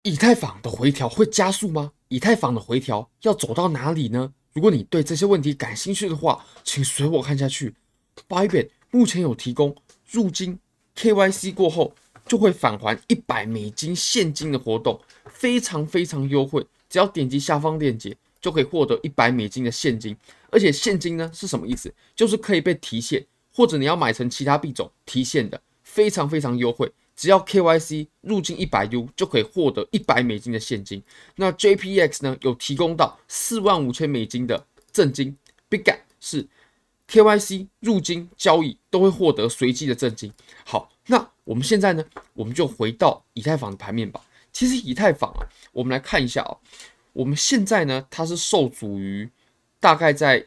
以太坊的回调会加速吗？以太坊的回调要走到哪里呢？如果你对这些问题感兴趣的话，请随我看下去。Bybit 目前有提供入金 KYC 过后就会返还$100现金的活动，非常非常优惠，只要点击下方链接就可以获得$100的现金，而且现金呢是什么意思？就是可以被提现，或者你要买成其他币种提现的，非常非常优惠。只要 KYC 入金100U 就可以获得$100的现金。那 JPX 呢有提供到$45,000的赠金 ，Bitget 是 KYC 入金交易都会获得随机的赠金。好，那我们现在呢，我们就回到以太坊的盘面吧。其实以太坊啊，我们来看一下哦，我们现在呢，它是受阻于大概在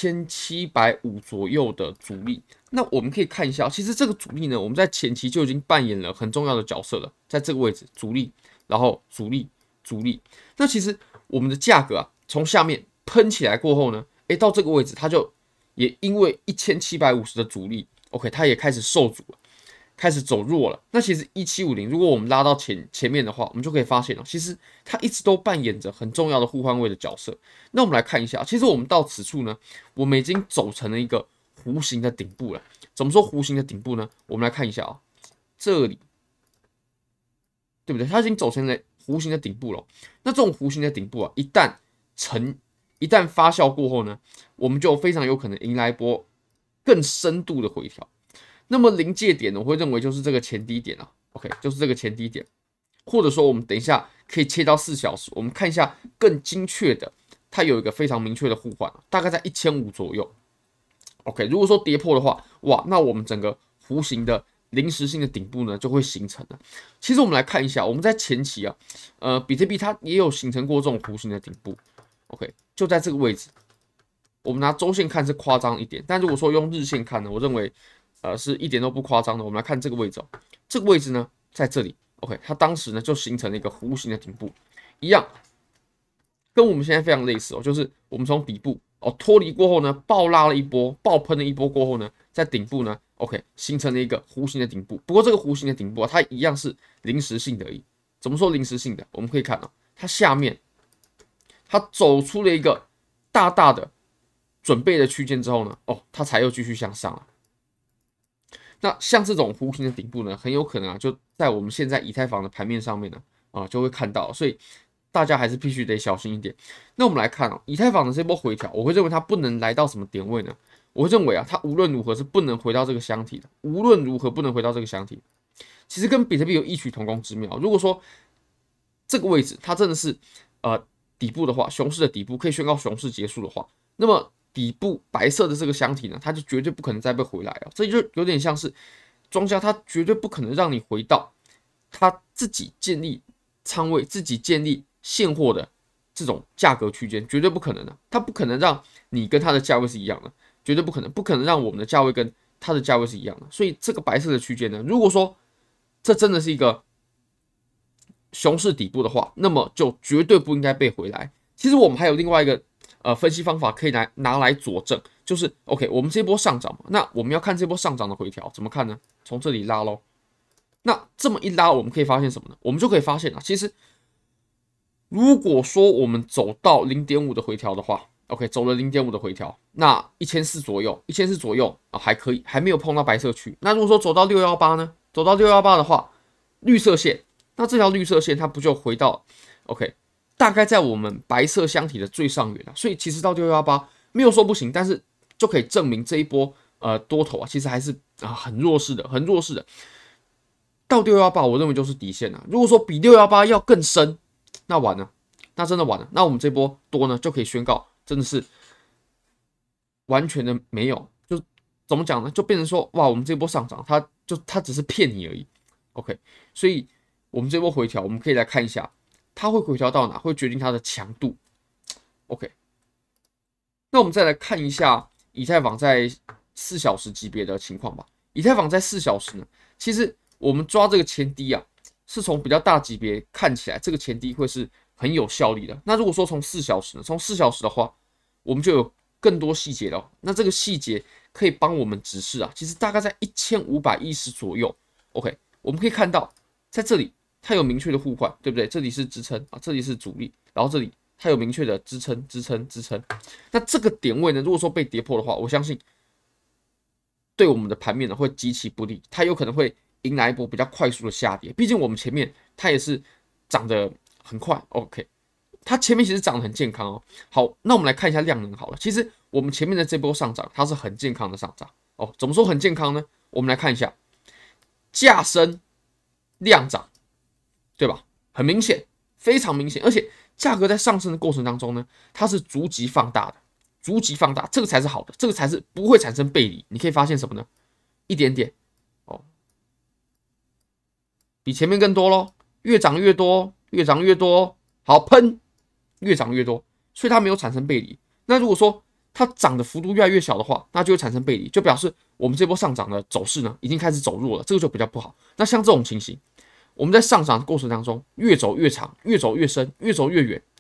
1750左右的阻力。那我们可以看一下，其实这个阻力呢，我们在前期就已经扮演了很重要的角色了，在这个位置阻力，然后阻力，阻力。那其实我们的价格啊，从下面喷起来过后呢，到这个位置，它就也因为1750的阻力，OK，它也开始受阻了。开始走弱了。那其实1750，如果我们拉到前面的话，我们就可以发现其实它一直都扮演着很重要的互换位的角色。那我们来看一下，其实我们到此处呢，我们已经走成了一个弧形的顶部了。怎么说弧形的顶部呢？我们来看一下这里对不对？它已经走成了弧形的顶部了。那这种弧形的顶部一旦发酵过后呢，我们就非常有可能迎来一波更深度的回调。那么临界点呢，我会认为就是这个前低点OK，就是这个前低点，或者说我们等一下可以切到4小时，我们看一下更精确的，它有一个非常明确的互换，大概在1500左右。OK，如果说跌破的话，哇，那我们整个弧形的临时性的顶部呢就会形成了。其实我们来看一下，我们在前期比特币它也有形成过这种弧形的顶部。OK，就在这个位置，我们拿周线看是夸张一点，但如果说用日线看呢，我认为是一点都不夸张的。我们来看这个位置这个位置呢在这里 ，OK， 它当时呢就形成了一个弧形的顶部，一样跟我们现在非常类似就是我们从底部脱离过后呢，爆拉了一波，爆喷了一波过后呢，在顶部呢，OK， 形成了一个弧形的顶部。不过这个弧形的顶部它一样是临时性的而已。怎么说临时性的？我们可以看它下面它走出了一个大大的准备的区间之后呢，它才又继续向上了。那像这种弧形的顶部呢，很有可能就在我们现在以太坊的盘面上面呢，就会看到，所以大家还是必须得小心一点。那我们来看以太坊的这波回调，我会认为它不能来到什么点位呢？我会认为它无论如何是不能回到这个箱体的，无论如何不能回到这个箱体。其实跟比特币有异曲同工之妙。如果说这个位置它真的是底部的话，熊市的底部可以宣告熊市结束的话，那么底部白色的这个箱体呢，它就绝对不可能再被回来这就有点像是庄家，它绝对不可能让你回到他自己建立仓位、自己建立现货的这种价格区间，绝对不可能的。它不可能让你跟它的价位是一样的，绝对不可能，不可能让我们的价位跟它的价位是一样的。所以这个白色的区间呢，如果说这真的是一个熊市底部的话，那么就绝对不应该被回来。其实我们还有另外一个分析方法可以拿来佐证，就是 OK， 我们这波上涨嘛，那我们要看这波上涨的回调怎么看呢？从这里拉咯。那这么一拉，我们可以发现什么呢？我们就可以发现其实如果说我们走到0.5的回调的话，OK， 走了0.5的回调，那1400左右，1400左右还可以，还没有碰到白色区。那如果说走到618呢？走到618的话，绿色线，那这条绿色线它不就回到 OK， 大概在我们白色箱体的最上缘所以其实到618没有说不行，但是就可以证明这一波多头其实还是很弱势的，很弱势的。到618，我认为就是底线了。如果说比618要更深，那完了，那真的完了。那我们这波多呢，就可以宣告真的是完全的没有，就怎么讲呢？就变成说，哇，我们这波上涨，它只是骗你而已。OK， 所以我们这波回调，我们可以来看一下，它会回调到哪，会决定它的强度。OK， 那我们再来看一下以太坊在4小时级别的情况吧。以太坊在4小时呢，其实我们抓这个前低是从比较大级别看起来，这个前低会是很有效力的。那如果说从4小时呢，从4小时的话，我们就有更多细节了。那这个细节可以帮我们指示其实大概在1510左右。OK， 我们可以看到，在这里它有明确的互换，对不对？这里是支撑啊，这里是阻力，然后这里它有明确的支撑、支撑、支撑。那这个点位呢，如果说被跌破的话，我相信对我们的盘面呢会极其不利，它有可能会迎来一波比较快速的下跌。毕竟我们前面它也是涨得很快，OK，它前面其实涨得很健康哦。好，那我们来看一下量能好了。其实我们前面的这波上涨，它是很健康的上涨哦。怎么说很健康呢？我们来看一下，价升量涨，对吧？很明显，非常明显，而且价格在上升的过程当中呢，它是逐级放大的，逐级放大，这个才是好的，这个才是不会产生背离。你可以发现什么呢？一点点哦，比前面更多咯，越涨越多，越涨越多，好喷，越涨越多，所以它没有产生背离。那如果说它涨的幅度越来越小的话，那就会产生背离，就表示我们这波上涨的走势呢已经开始走弱了，这个就比较不好。那像这种情形，我们在上涨的过程当中越走越长，越走越深，越走越远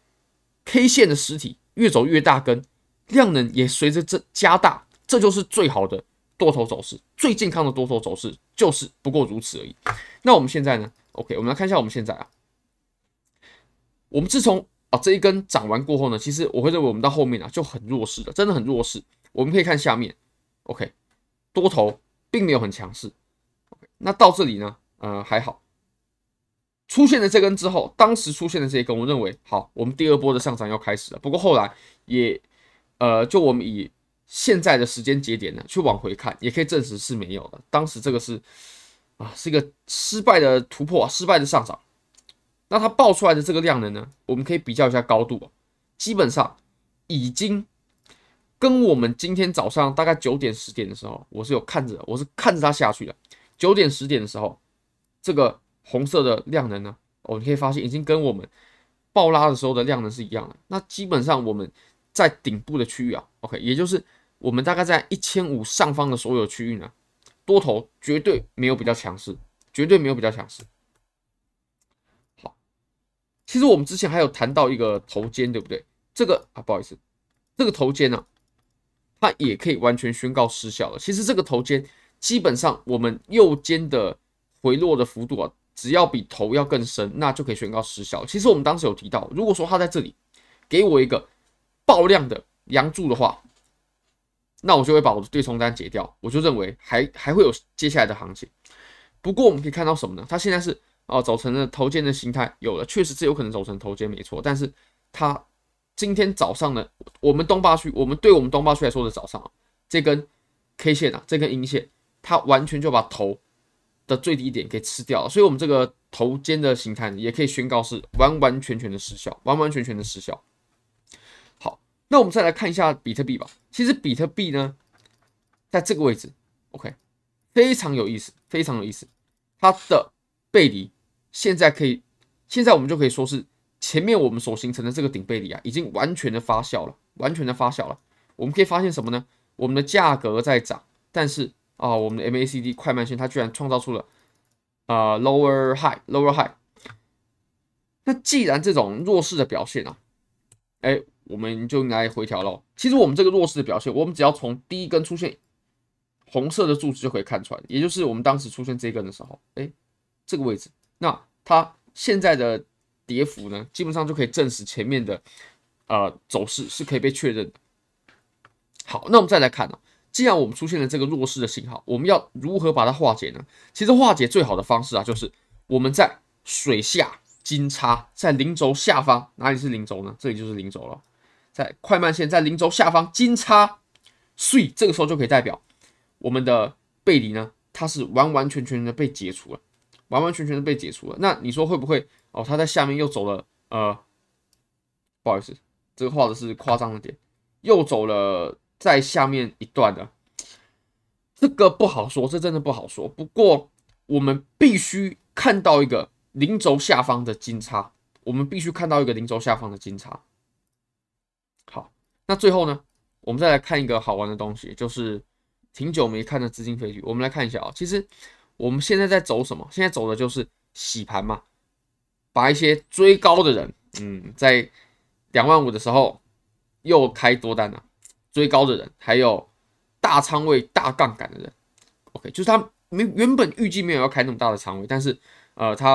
，K 线的实体越走越大根，量能也随着这加大，这就是最好的多头走势，最健康的多头走势就是不过如此而已。那我们现在呢 ？OK， 我们来看一下我们现在啊，我们自从这一根涨完过后呢，其实我会认为我们到后面啊就很弱势了，真的很弱势。我们可以看下面 ，OK， 多头并没有很强势。那到这里呢，还好。出现了这根之后，当时出现的这一根，我认为好，我们第二波的上涨要开始了。不过后来也，就我们以现在的时间节点呢去往回看，也可以证实是没有的。当时这个是是一个失败的突破，失败的上涨。那它爆出来的这个量能呢，我们可以比较一下高度，基本上已经跟我们今天早上大概9点10点的时候，我是看着它下去的。9点10点的时候，这个红色的量能呢，你可以发现已经跟我们爆拉的时候的量能是一样的。那基本上我们在顶部的区域啊 ，OK， 也就是我们大概在1500上方的所有区域呢，多头绝对没有比较强势，绝对没有比较强势。好，其实我们之前还有谈到一个头肩，对不对？这个不好意思，这个头肩呢，它也可以完全宣告失效了。其实这个头肩基本上我们右肩的回落的幅度啊，只要比头要更深，那就可以宣告失效。其实我们当时有提到，如果说它在这里给我一个爆量的阳柱的话，那我就会把我的对冲单解掉，我就认为还会有接下来的行情。不过我们可以看到什么呢？它现在是走成了头肩的形态，有了，确实是有可能走成头肩没错，但是它今天早上呢，我们东八区来说的早上，这根 K 线这根阴线，它完全就把头的最低点给吃掉了，所以我们这个头肩的形态也可以宣告是完完全全的失效，完完全全的失效。好，那我们再来看一下比特币吧。其实比特币呢，在这个位置 ，OK， 非常有意思，非常有意思。它的背离现在我们就可以说是前面我们所形成的这个顶背离已经完全的发酵了，完全的发酵了。我们可以发现什么呢？我们的价格在涨，但是我们的 MACD 快慢线它居然创造出了lower high。那既然这种弱势的表现我们就应该回调了。其实我们这个弱势的表现，我们只要从第一根出现红色的柱子就可以看出来，也就是我们当时出现这一根的时候，这个位置，那它现在的跌幅呢，基本上就可以证实前面的走势是可以被确认的。好，那我们再来看既然我们出现了这个弱势的信号，我们要如何把它化解呢？其实化解最好的方式就是我们在水下金叉，在零轴下方，哪里是零轴呢？这里就是零轴了。在快慢线在零轴下方金叉，所以这个时候就可以代表我们的背离呢，它是完完全全的被解除了，完完全全的被解除了。那你说会不会它在下面又走了不好意思，这个画的是夸张的点，又走了在下面一段的，这个不好说，这真的不好说。不过我们必须看到一个零轴下方的金叉，我们必须看到一个零轴下方的金叉。好，那最后呢，我们再来看一个好玩的东西，就是挺久没看的资金费率。我们来看一下其实我们现在在走什么？现在走的就是洗盘嘛，把一些追高的人，在25000的时候又开多单了，追高的人，还有大仓位、大杠杆的人 ，OK， 就是他原本预计没有要开那么大的仓位，但是他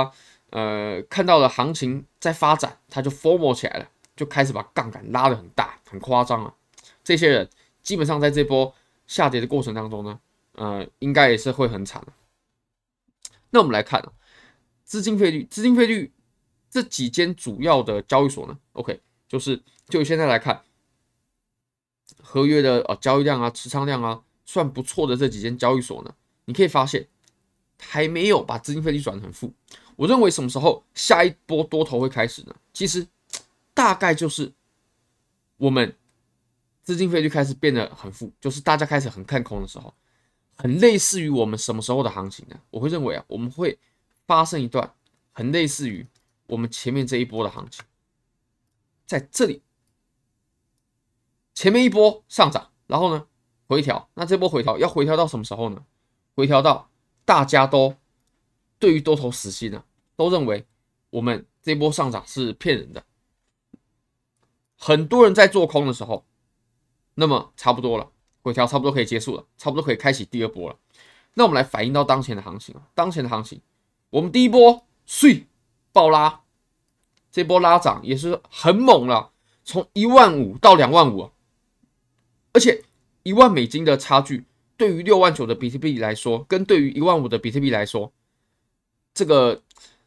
看到了行情在发展，他就 FOMO 起来了，就开始把杠杆拉得很大，很夸张啊。这些人基本上在这波下跌的过程当中呢，应该也是会很惨的。那我们来看啊，资金费率这几间主要的交易所呢 ，OK， 就现在来看，合约的交易量啊、持仓量啊，算不错的这几间交易所呢，你可以发现还没有把资金费率转成负。我认为什么时候下一波多头会开始呢？其实大概就是我们资金费率开始变得很负，就是大家开始很看空的时候，很类似于我们什么时候的行情呢？我会认为啊，我们会发生一段很类似于我们前面这一波的行情，在这里前面一波上涨，然后呢回调，那这波回调要回调到什么时候呢？回调到大家都对于多头死心了，都认为我们这波上涨是骗人的，很多人在做空的时候，那么差不多了，回调差不多可以结束了，差不多可以开启第二波了。那我们来反映到当前的行情啊，当前的行情，我们第一波爆拉，这波拉涨也是很猛了，从15000到25000，而且$10,000的差距，对于69000的比特币来说，跟对于15000的比特币来说，这个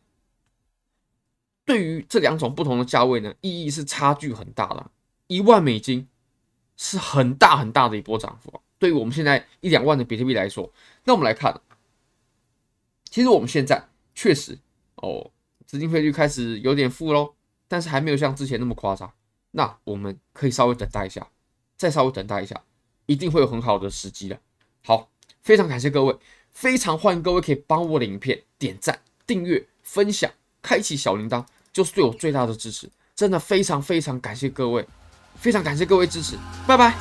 对于这两种不同的价位呢，意义是差距很大的。$10,000是很大很大的一波涨幅啊，对于我们现在1-2万的比特币来说，那我们来看，其实我们现在确实资金费率开始有点负咯，但是还没有像之前那么夸张。那我们可以稍微等待一下，再稍微等待一下，一定会有很好的时机的。好，非常感谢各位，非常欢迎各位可以帮我的影片点赞、订阅、分享、开启小铃铛，就是对我最大的支持。真的非常非常感谢各位，非常感谢各位支持，拜拜。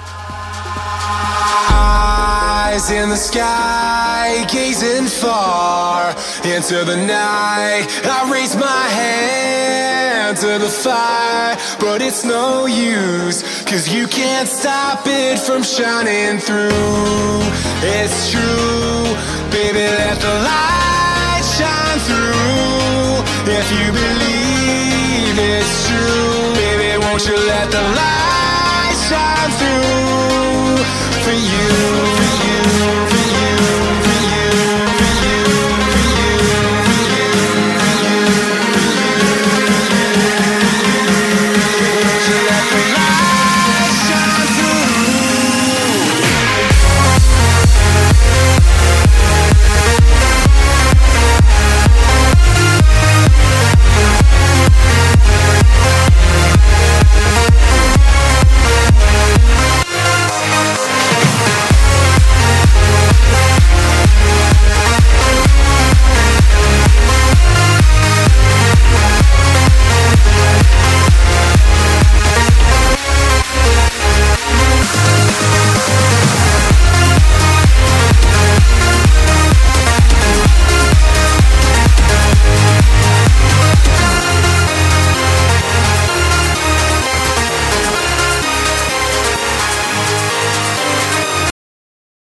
Eyes in the sky, gazing far into the night. I raise my hand to the fire, but it's no use, 'cause you can't stop it from shining through. It's true, baby, let the light shine through. If you believe it's true, baby, won't you let the light shine through for you?